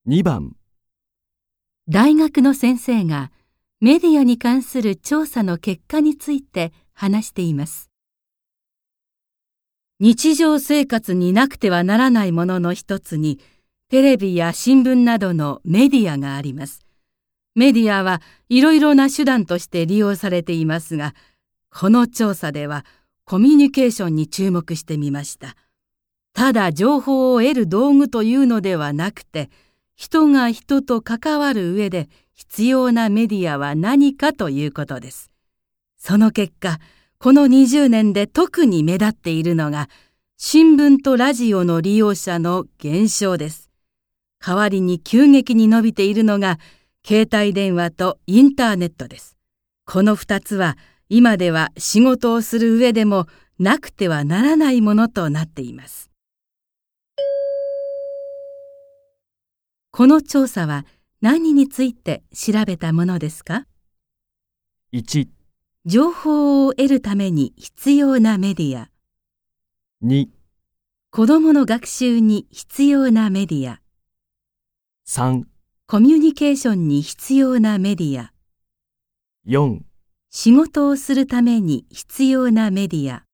2番、 大学の先生がメディアに関する調査の結果について話しています。日常生活になくてはならないものの一つに、テレビや新聞などのメディアがあります。メディアはいろいろな手段として利用されていますが、この調査ではコミュニケーションに注目してみました。ただ情報を得る道具というのではなくて、人が人と関わる上で必要なメディアは何かということです。その結果、この20年で特に目立っているのが、新聞とラジオの利用者の減少です。代わりに急激に伸びているのが、携帯電話とインターネットです。この2つは、今では仕事をする上でもなくてはならないものとなっています。この調査は何について調べたものですか？ 1、 情報を得るために必要なメディア。 2、 子どもの学習に必要なメディア。 3、 コミュニケーションに必要なメディア。 4、 仕事をするために必要なメディア。